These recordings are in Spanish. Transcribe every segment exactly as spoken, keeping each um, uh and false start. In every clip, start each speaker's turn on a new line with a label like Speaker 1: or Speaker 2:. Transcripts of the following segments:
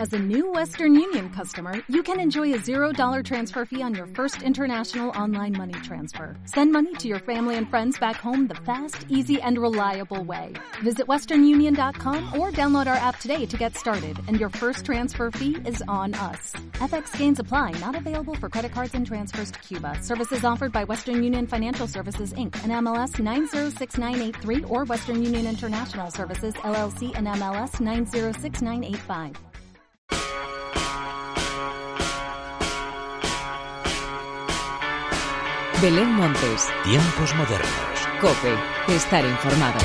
Speaker 1: As a new Western Union customer, you can enjoy a zero dollar transfer fee on your first international online money transfer. Send money to your family and friends back home the fast, easy, and reliable way. Visit western union dot com or download our app today to get started, and your first transfer fee is on us. F X gains apply, not available for credit cards and transfers to Cuba. Services offered by Western Union Financial Services, Incorporated, and M L S nine zero six nine eight three or Western Union International Services, L L C, and M L S nine zero six nine eight five.
Speaker 2: Belén Montes.
Speaker 3: Tiempos modernos.
Speaker 2: COPE. Estar informado.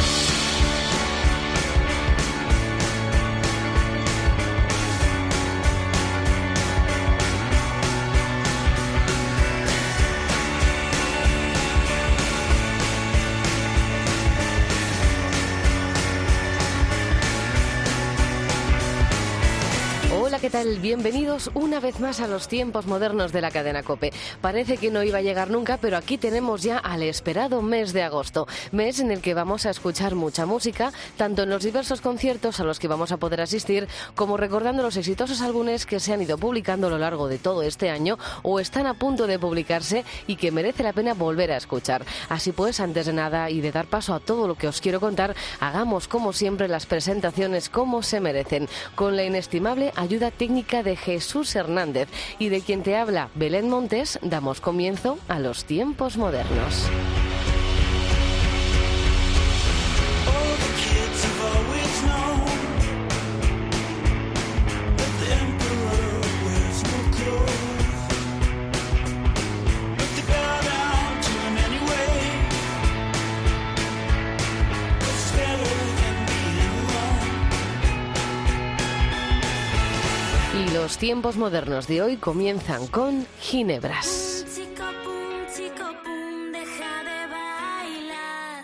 Speaker 4: ¿Qué tal? Bienvenidos una vez más a los tiempos modernos de la cadena COPE. Parece que no iba a llegar nunca, pero aquí tenemos ya al esperado mes de agosto, mes en el que vamos a escuchar mucha música, tanto en los diversos conciertos a los que vamos a poder asistir, como recordando los exitosos álbumes que se han ido publicando a lo largo de todo este año o están a punto de publicarse y que merece la pena volver a escuchar. Así pues, antes de nada y de dar paso a todo lo que os quiero contar, hagamos como siempre las presentaciones como se merecen, con la inestimable ayuda técnica de Jesús Hernández y de quien te habla Belén Montes. Damos comienzo a los tiempos modernos. Los tiempos modernos de hoy comienzan con Ginebras.
Speaker 5: Pum, chico, pum, chico, pum, deja de bailar.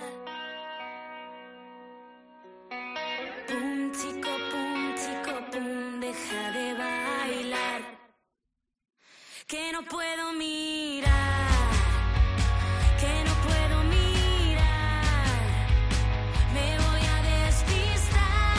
Speaker 5: Pum, chico, pum, chico, pum, deja de bailar. Que no puedo mirar, que no puedo mirar. Me voy a despistar.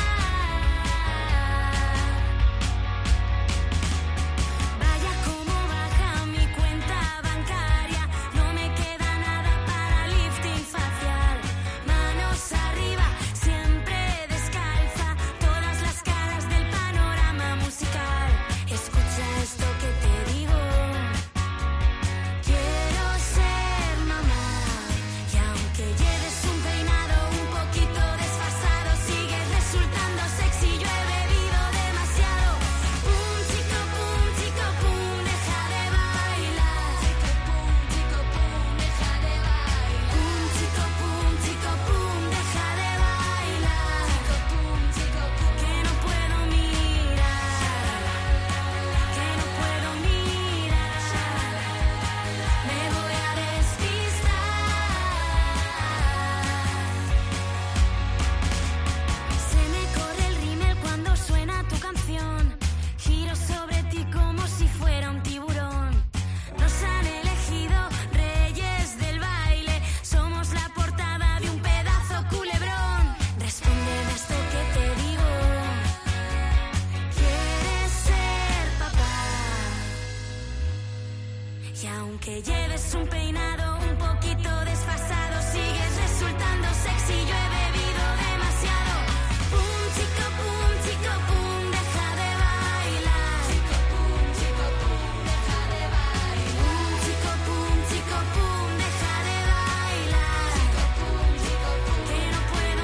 Speaker 5: Que lleves un peinado un poquito desfasado, sigues resultando sexy, yo he bebido demasiado. Pum, chico, pum, chico, pum, deja de bailar. Chico, pum, chico, pum, deja de bailar. Pum, chico, pum, chico, pum, deja de bailar. Chico, pum, chico, pum, que no puedo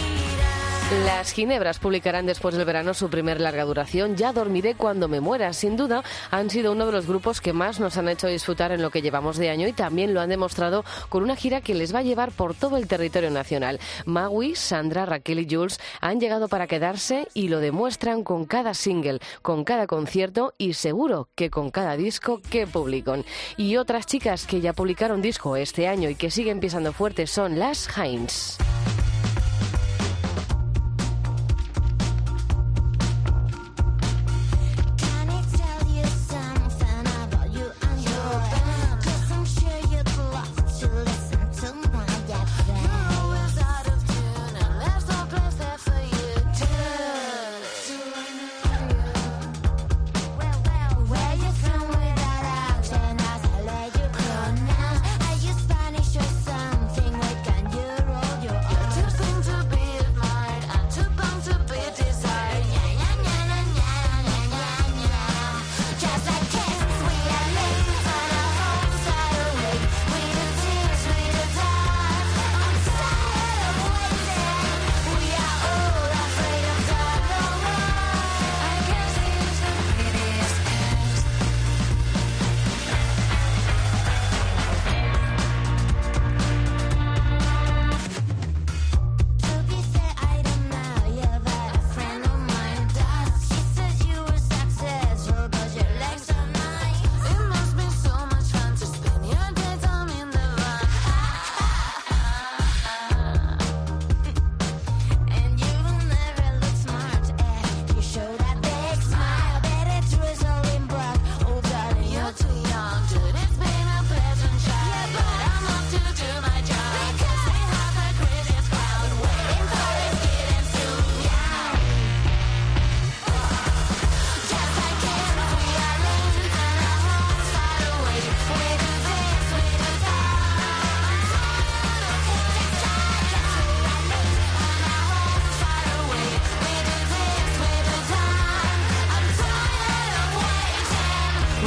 Speaker 5: mirar.
Speaker 4: Las Ginebras publicarán después del verano su primer larga duración, Ya dormiré cuando me muera. Sin duda, han sido uno de los grupos que más nos han hecho disfrutar en lo que llevamos de año y también lo han demostrado con una gira que les va a llevar por todo el territorio nacional. Magui, Sandra, Raquel y Jules han llegado para quedarse y lo demuestran con cada single, con cada concierto y seguro que con cada disco que publican. Y otras chicas que ya publicaron disco este año y que siguen pisando fuerte son las Heinz.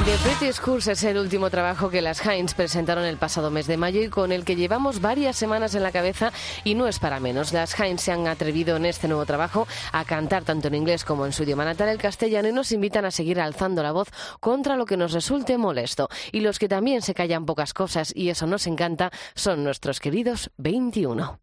Speaker 4: The Pretty Schools es el último trabajo que las Heinz presentaron el pasado mes de mayo y con el que llevamos varias semanas en la cabeza, y no es para menos. Las Heinz se han atrevido en este nuevo trabajo a cantar tanto en inglés como en su idioma natal, el castellano, y nos invitan a seguir alzando la voz contra lo que nos resulte molesto. Y los que también se callan pocas cosas, y eso nos encanta, son nuestros queridos veintiuno.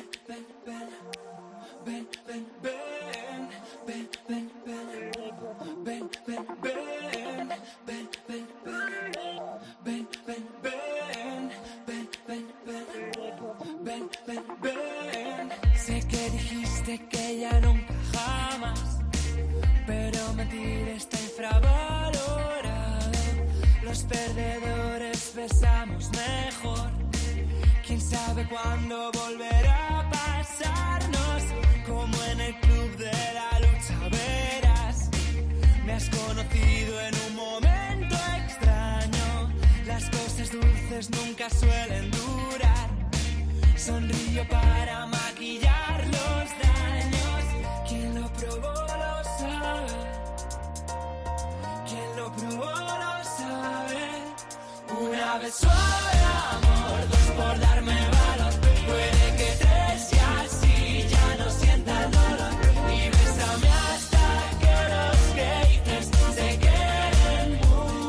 Speaker 3: Sé que dijiste que ya nunca jamás, pero mentir está infravalorado. Los perdedores besamos mejor. Quién sabe cuándo volverá a pasarnos, como en el club de la lucha. Verás, me has conocido en un momento extraño. Las cosas dulces nunca suelen durar. Sonrío para maquillar los daños. Quien lo probó lo sabe. Quien lo probó lo sabe. Una vez suave, amor, dos por darme valor. Puede que tres y así ya no sienta el dolor. Y bésame hasta que los haters se queden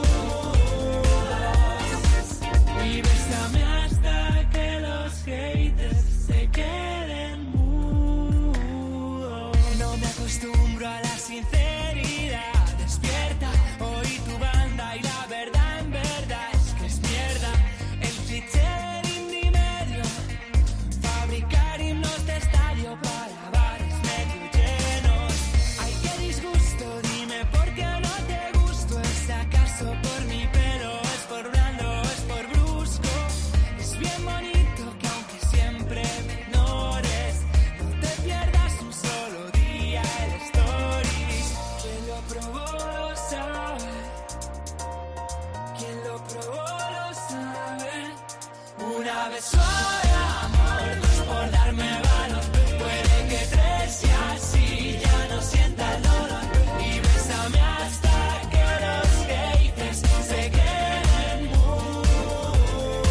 Speaker 3: mudos. Y bésame hasta que los haters se queden mudos. No me acostumbro a la sinceridad. Despierta, oí tu banda y la verdad en verdad es que es mierda. El cliché del indie medio, fabricar himnos de estadio para bares medio llenos. Ay, qué disgusto, dime por qué no te gusto. ¿Es acaso por mi pelo? ¿Es por blando? ¿Es por brusco? Es bien bonito que aunque siempre me ignores, no te pierdas un solo día el stories. Quien lo probó lo sabe. Quien lo probó lo sabe. Una vez suave, amor, dos por darme valor. Puede que tres y así ya no sienta el dolor. Y bésame hasta que los haters se queden mudos.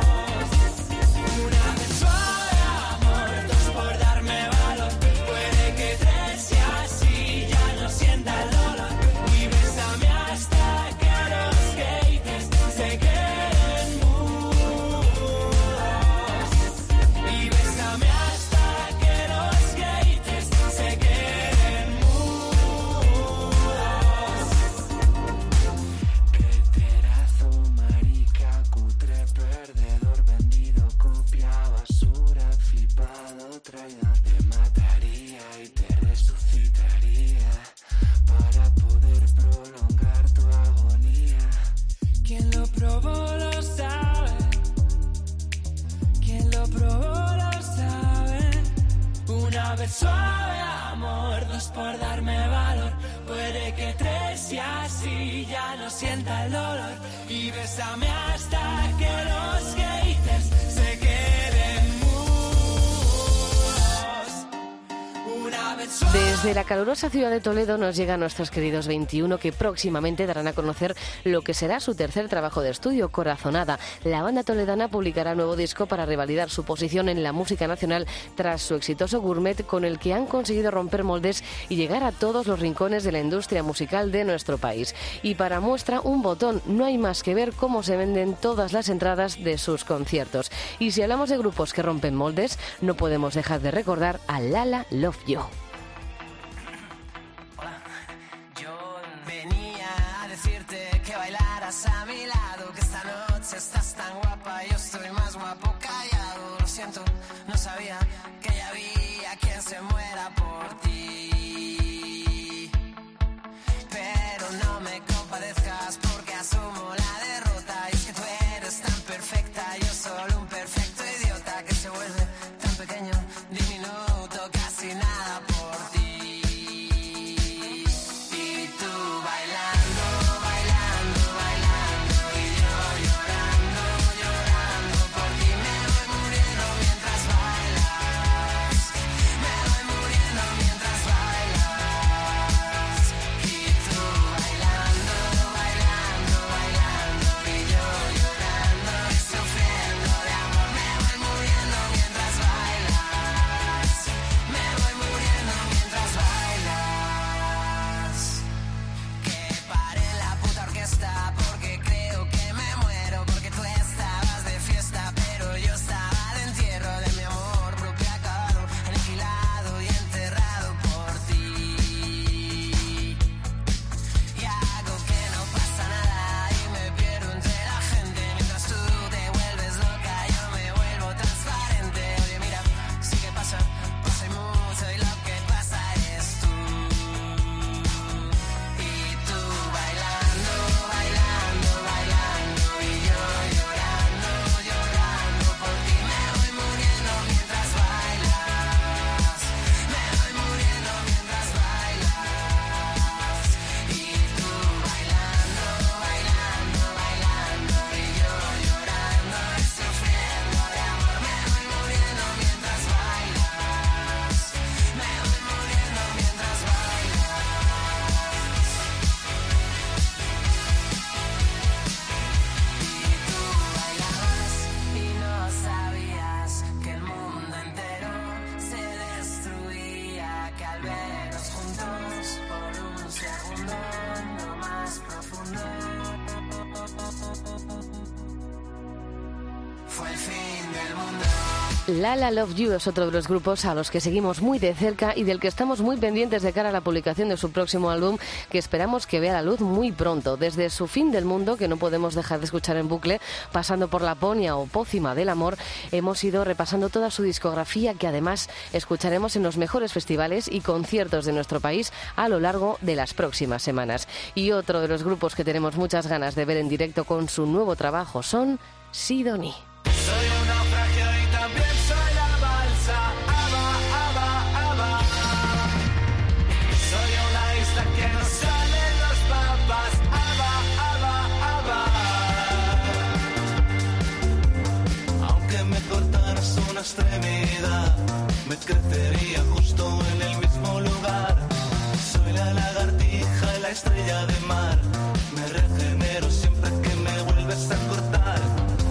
Speaker 3: Una vez suave, amor, dos por darme valor. Puede que tres y así ya no sienta el dolor. Y bésame hasta que los haters se queden mudos. Y bésame hasta que los haters se queden mudos. Peterazo, marica, cutre, perdedor, vendido, copia, basura, flipado, traidor. Te mataría y te resucitaría para poder prolongar tu agonía. Quien lo probó lo sabe. Quien lo probó lo sabe. Una vez suave, amor, dos por darme valor. Puede que tres y así ya no sienta el dolor. Y bésame hasta que los haters se queden mudos. Una vez suave.
Speaker 4: Desde la calurosa ciudad de Toledo nos llegan nuestros queridos veintiuno, que próximamente darán a conocer lo que será su tercer trabajo de estudio, Corazonada. La banda toledana publicará nuevo disco para revalidar su posición en la música nacional tras su exitoso Gourmet, con el que han conseguido romper moldes y llegar a todos los rincones de la industria musical de nuestro país. Y para muestra, un botón, no hay más que ver cómo se venden todas las entradas de sus conciertos. Y si hablamos de grupos que rompen moldes, no podemos dejar de recordar a Lala Love You.
Speaker 6: Venía a decirte que bailaras a mi lado, que esta noche estás tan guapa, yo estoy más guapo callado. Lo siento, no sabía que ya había quien se muera por ti. Pero no me compadezcas porque asumo la derrota. Y es que tú eres tan perfecta, yo solo un perfecto idiota que se vuelve tan pequeño, diminuto, casi nada por ti. Llorando por ti me voy muriendo mientras bailas. Me voy muriendo fue el fin del mundo.
Speaker 4: Lala Love You es otro de los grupos a los que seguimos muy de cerca y del que estamos muy pendientes de cara a la publicación de su próximo álbum, que esperamos que vea la luz muy pronto. Desde Su fin del mundo, que no podemos dejar de escuchar en bucle, pasando por Laponia o Pócima del amor, hemos ido repasando toda su discografía, que además escucharemos en los mejores festivales y conciertos de nuestro país a lo largo de las próximas semanas. Y otro de los grupos que tenemos muchas ganas de ver en directo con su nuevo trabajo son Sidonie.
Speaker 3: Soy un naufragio y también soy la balsa. Aba, aba, aba. Soy una isla que no salen los papas. Aba, aba, aba. Aunque me cortaras una extremidad, me crecería justo en el mismo lugar. Soy la lagartija y la estrella de mar. Me regenero siempre que me vuelves a cortar.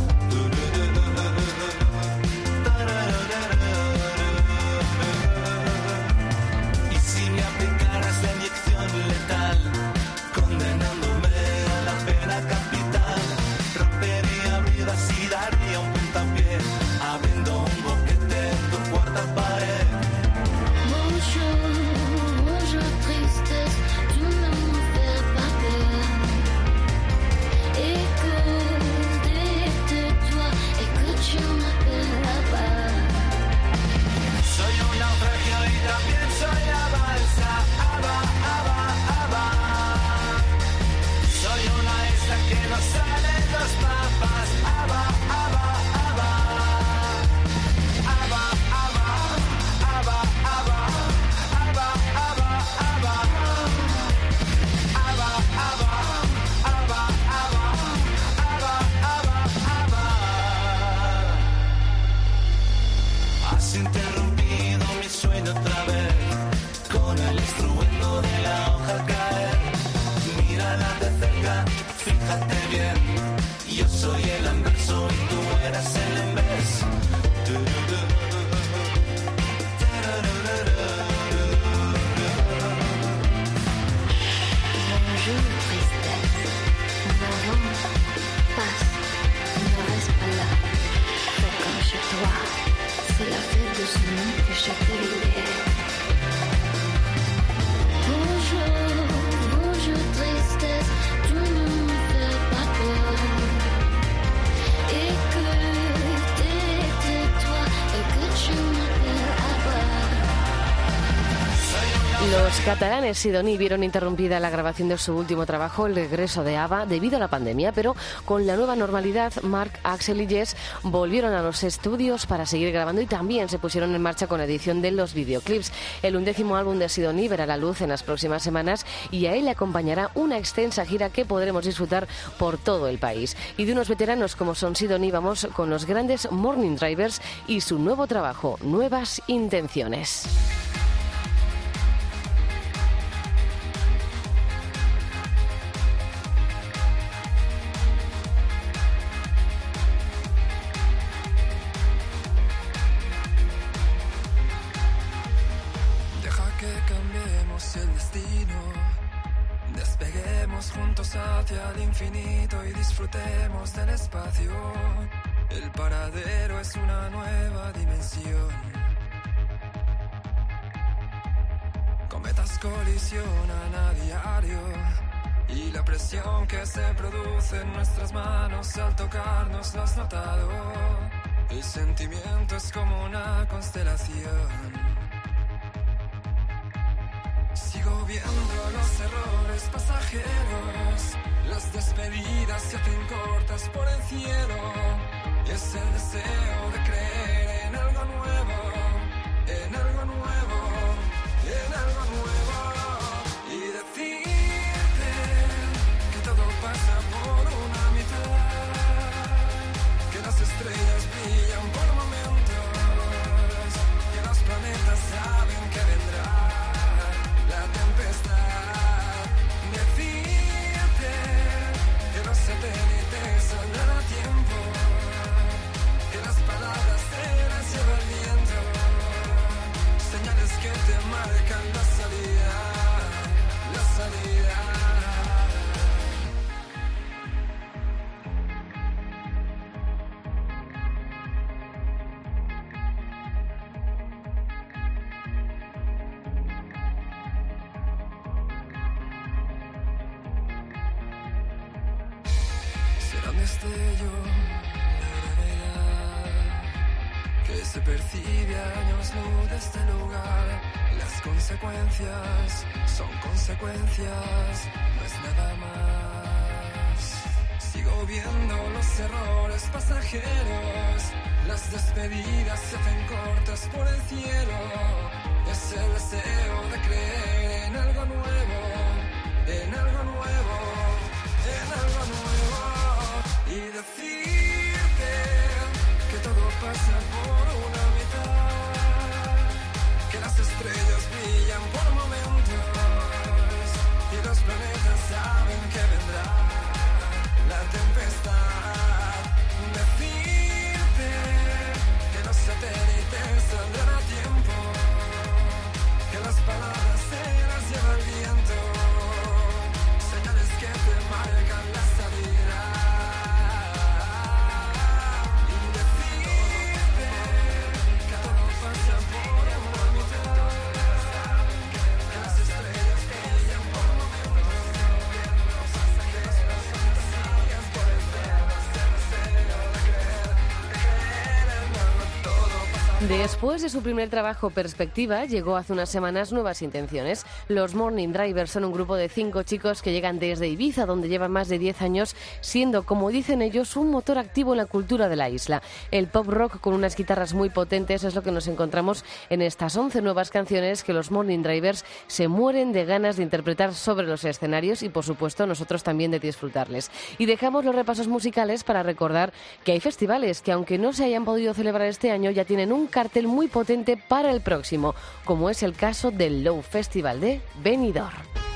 Speaker 4: Los catalanes Sidonie vieron interrumpida la grabación de su último trabajo, El regreso de ABBA, debido a la pandemia, pero con la nueva normalidad, Mark, Axel y Jess volvieron a los estudios para seguir grabando y también se pusieron en marcha con la edición de los videoclips. El undécimo álbum de Sidonie verá la luz en las próximas semanas y a él le acompañará una extensa gira que podremos disfrutar por todo el país. Y de unos veteranos como son Sidonie, vamos con los grandes Morning Drivers y su nuevo trabajo, Nuevas Intenciones.
Speaker 7: Hacia el infinito y disfrutemos del espacio. El paradero es una nueva dimensión. Cometas colisionan a diario y la presión que se produce en nuestras manos al tocarnos lo has notado. El sentimiento es como una constelación. Sigo viendo los errores pasajeros, las despedidas se hacen cortas por el cielo. Es el deseo de creer en algo nuevo, en algo nuevo, en algo nuevo. Y decirte que todo pasa por una mitad, que las estrellas brillan por momentos, que los planetas saben que vendrá la tempestad. Decirte que los satélites saldrán a tiempo, que las palabras te las lleva el viento, señales que te marcan la salida, la salida. será un destello de gravedad que se percibe a años luz de este lugar. Las consecuencias son consecuencias, no es nada más. Sigo viendo los errores pasajeros, las despedidas se hacen cortas por el cielo. Es el deseo de creer en algo nuevo, en algo nuevo, en algo nuevo. Y decirte que todo pasa por una mitad, que las estrellas brillan por momentos y los planetas saben que vendrá la tempestad. Decirte que los satélites saldrán a tiempo, que las palabras se las lleva el viento, señales que te marcan la salida. Y decirte que todo pasa por una mitad, que las estrellas brillan por momentos, que las personas sigan por el cielo, ese deseo de creer, de creer en algo, todo pasa.
Speaker 4: Después de su primer trabajo Perspectiva, llegó hace unas semanas Nuevas Intenciones. Los Morning Drivers son un grupo de cinco chicos que llegan desde Ibiza, donde llevan más de diez años, siendo, como dicen ellos, un motor activo en la cultura de la isla. El pop rock con unas guitarras muy potentes es lo que nos encontramos en estas once nuevas canciones que los Morning Drivers se mueren de ganas de interpretar sobre los escenarios y, por supuesto, nosotros también de disfrutarles. Y dejamos los repasos musicales para recordar que hay festivales que, aunque no se hayan podido celebrar este año, ya tienen un cartel muy potente para el próximo, como es el caso del Low Festival de Benidorm.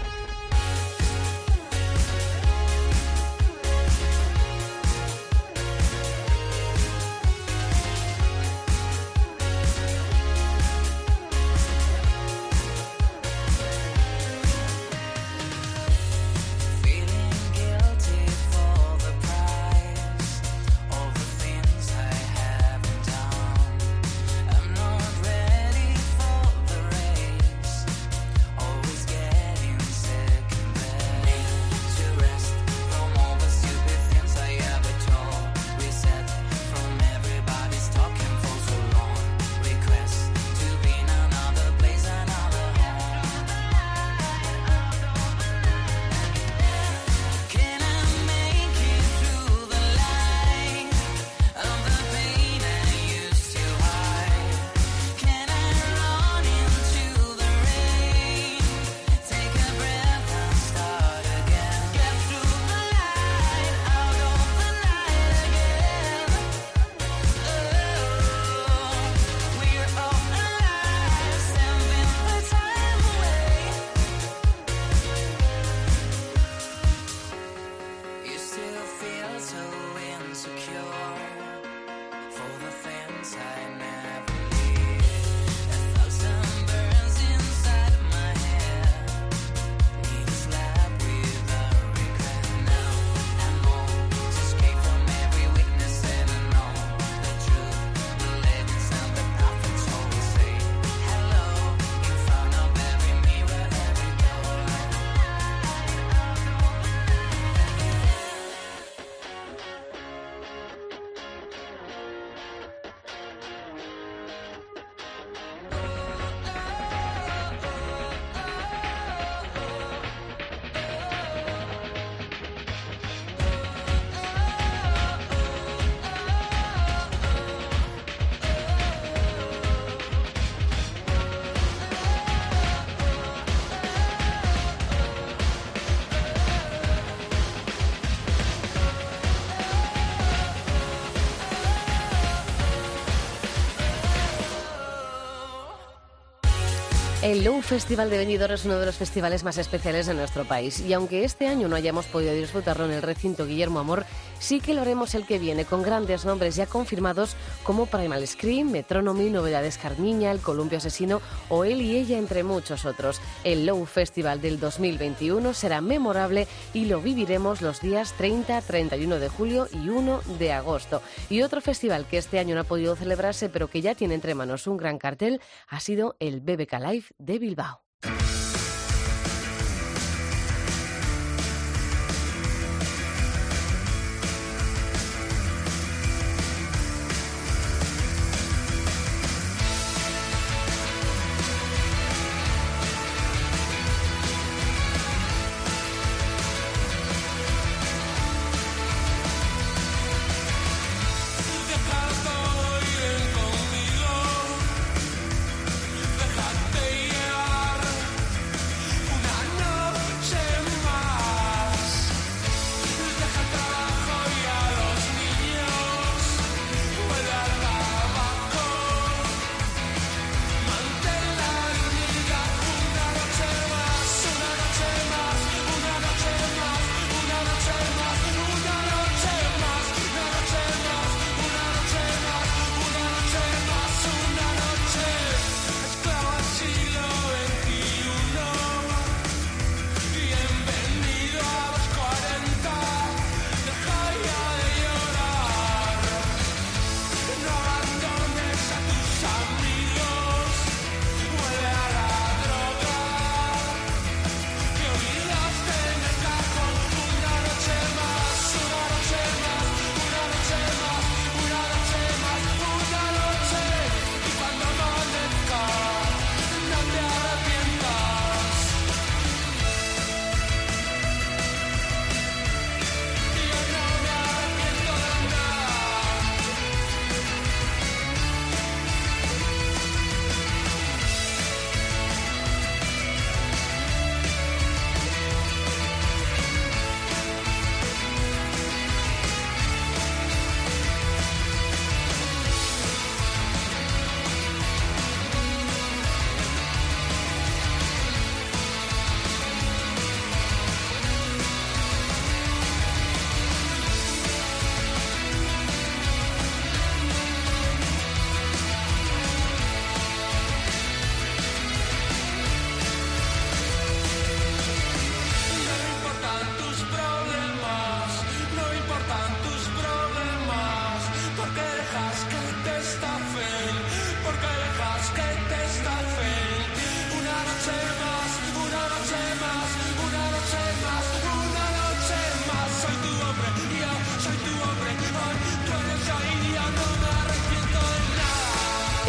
Speaker 4: El Low Festival de Benidorm es uno de los festivales más especiales de nuestro país y aunque este año no hayamos podido disfrutarlo en el recinto Guillermo Amor, sí que lo haremos el que viene con grandes nombres ya confirmados como Primal Scream, Metronomy, Novedades Carmiña, El Columpio Asesino o Él y Ella, entre muchos otros. El Low Festival del dos mil veintiuno será memorable y lo viviremos los días treinta, treinta y uno de julio y uno de agosto. Y otro festival que este año no ha podido celebrarse pero que ya tiene entre manos un gran cartel ha sido el B B K Live de Bilbao.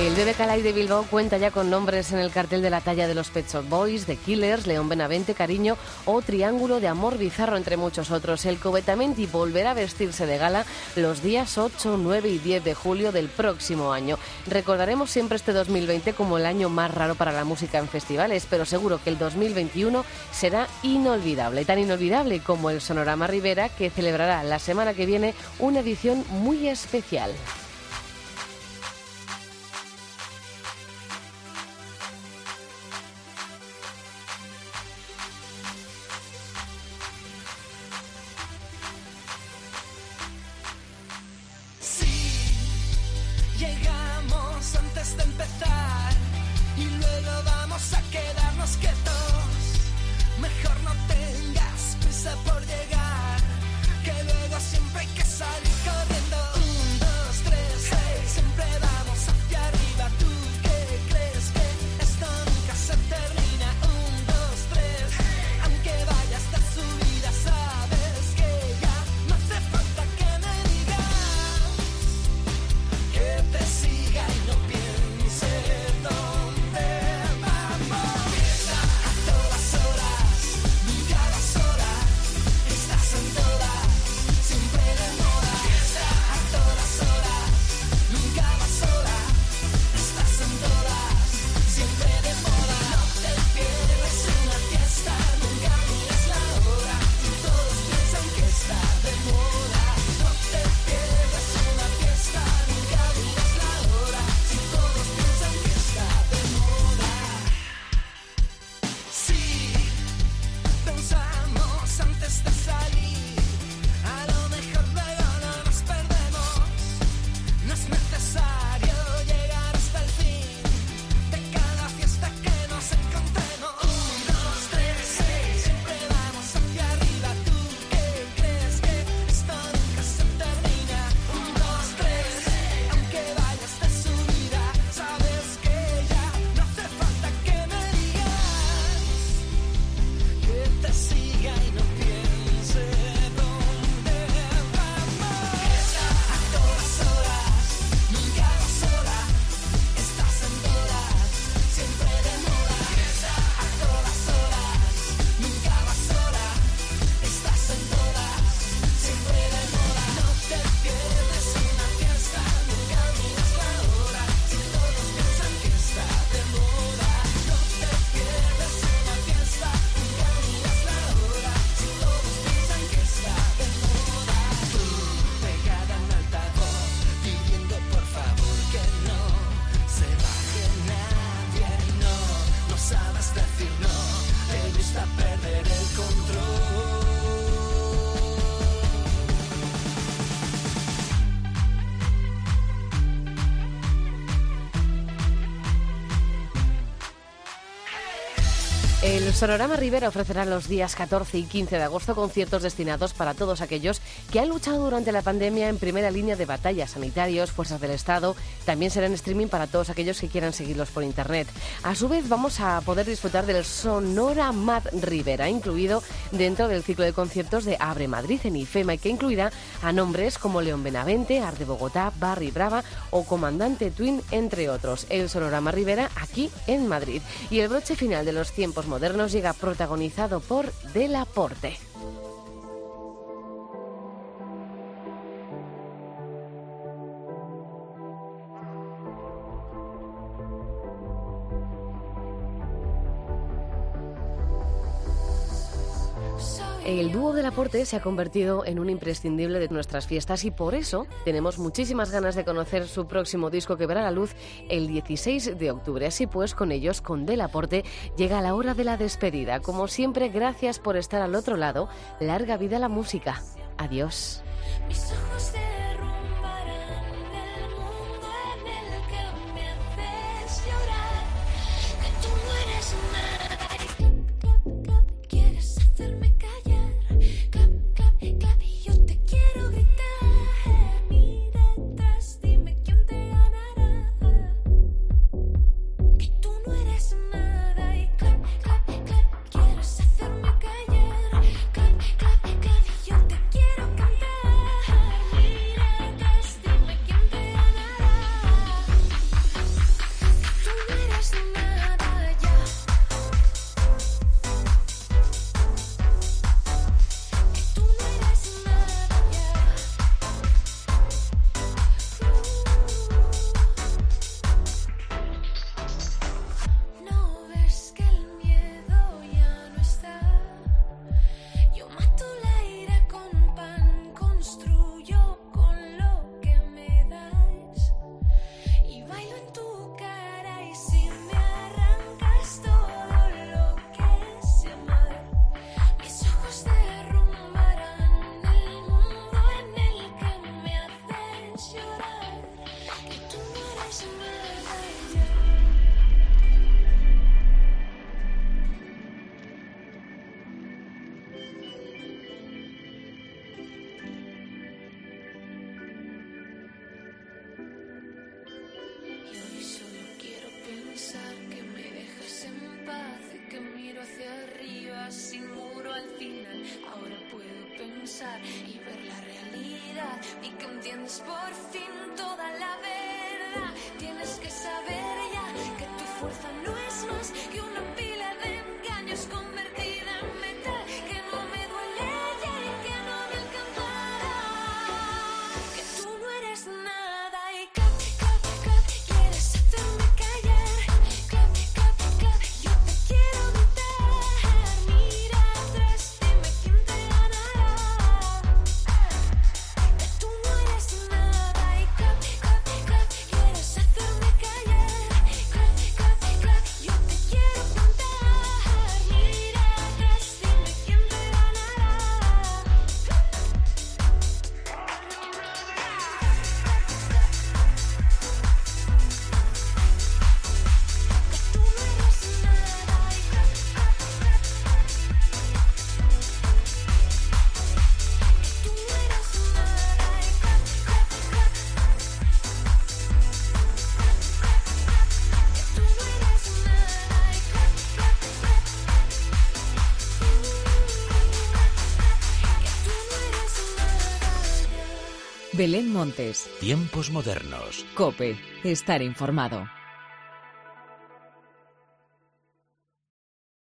Speaker 4: El B B K Live de Bilbao cuenta ya con nombres en el cartel de la talla de los Pet Shop Boys, The Killers, León Benavente, Cariño o Triángulo de Amor Bizarro, entre muchos otros. El Covetamenti volverá a vestirse de gala los días ocho, nueve y diez de julio del próximo año. Recordaremos siempre este dos mil veinte como el año más raro para la música en festivales, pero seguro que el dos mil veintiuno será inolvidable, tan inolvidable como el Sonorama Ribera, que celebrará la semana que viene una edición muy especial.
Speaker 6: Llegamos antes de empezar y luego vamos a quedarnos quietos. Mejor no tengas prisa por llegar, que luego siempre hay que salir corriendo. Un, dos, tres, hey, siempre vamos hacia arriba. ¿Tú qué crees que esto nunca se termina? Un, dos, tres, hey, aunque vayas de subida, sabes que ya no hace falta que me digas que te siga y no piense dónde vamos. Fiesta a todas horas, nunca vas sola, estás en todas, siempre de moda. Fiesta a todas horas, nunca vas sola, estás en todas, siempre de moda. No te pierdes una fiesta, nunca mires la hora, y todos piensan que está de moda. No te pierdes una fiesta, nunca mires la hora, si todos piensan que está de moda. Sí, pensamos antes de salir, a lo mejor luego no nos perdemos. No es necesario llegar hasta el fin de cada fiesta que nos encontremos. Un, dos, tres, seis, siempre vamos hacia arriba. ¿Tú qué crees que esto nunca se termina? Un, dos, tres, hey, aunque vayas de subida, sabes que ya no hace falta que me digas que te siga y no piense dónde vamos. Fiesta a todas horas, nunca vas sola, estás en todas, siempre de moda. Fiesta a todas horas, nunca vas sola, estás en todas, siempre de moda. No te pierdes una fiesta, nunca mires la hora, si todos piensan que está de moda. No te pierdes una fiesta, nunca mires la hora, si todos piensan que está de moda. Tú, pegada en altavoz, pidiendo por favor que no se baje nadie. No, no sabes decir no, te gusta perder el control.
Speaker 4: El Sonorama Ribera ofrecerá los días catorce y quince de agosto conciertos destinados para todos aquellos que han luchado durante la pandemia en primera línea de batalla, sanitarios, fuerzas del Estado. También será en streaming para todos aquellos que quieran seguirlos por internet. A su vez, vamos a poder disfrutar del Sonorama Ribera, incluido dentro del ciclo de conciertos de Abre Madrid en IFEMA, y que incluirá a nombres como León Benavente, Art de Bogotá, Barry Brava o Comandante Twin, entre otros. El Sonorama Ribera aquí en Madrid. Y el broche final de los tiempos modernos llega protagonizado por Delaporte. El dúo Delaporte se ha convertido en un imprescindible de nuestras fiestas y por eso tenemos muchísimas ganas de conocer su próximo disco, que verá la luz el dieciséis de octubre. Así pues, con ellos, con Delaporte, llega la hora de la despedida. Como siempre, gracias por estar al otro lado. Larga vida a la música. Adiós.
Speaker 5: Mis ojos se derrumbarán del mundo en el que me haces llorar, que tú no eres nada. Clap, clap, clap, quieres hacerme callar. Clap, clap, clap, y yo te quiero gritar. Mi detrás, dime quién te ganará. Que tú no eres nada. Y clap, clap, clap, quieres hacerme callar. Clap, clap, clap, y yo te quiero cantar. pensar y ver la realidad y que entiendes por fin toda la verdad. Tienes que saber ya que tu fuerza no es más que una pila de engaños convertida en metal, que no me duele ya y que no me alcanzará, que tú no eres nada y clap, clap, clap, quieres hacerme callar, clap, clap, clap, yo te quiero gritar, mira atrás, dime quién te ganará, que tú no eres nada y clap, clap, clap, quieres hacerme callar, clap, clap, clap, yo te quiero contar, mira atrás, dime quién te ganará.
Speaker 2: Belén Montes,
Speaker 8: Tiempos modernos.
Speaker 2: COPE, estar informado.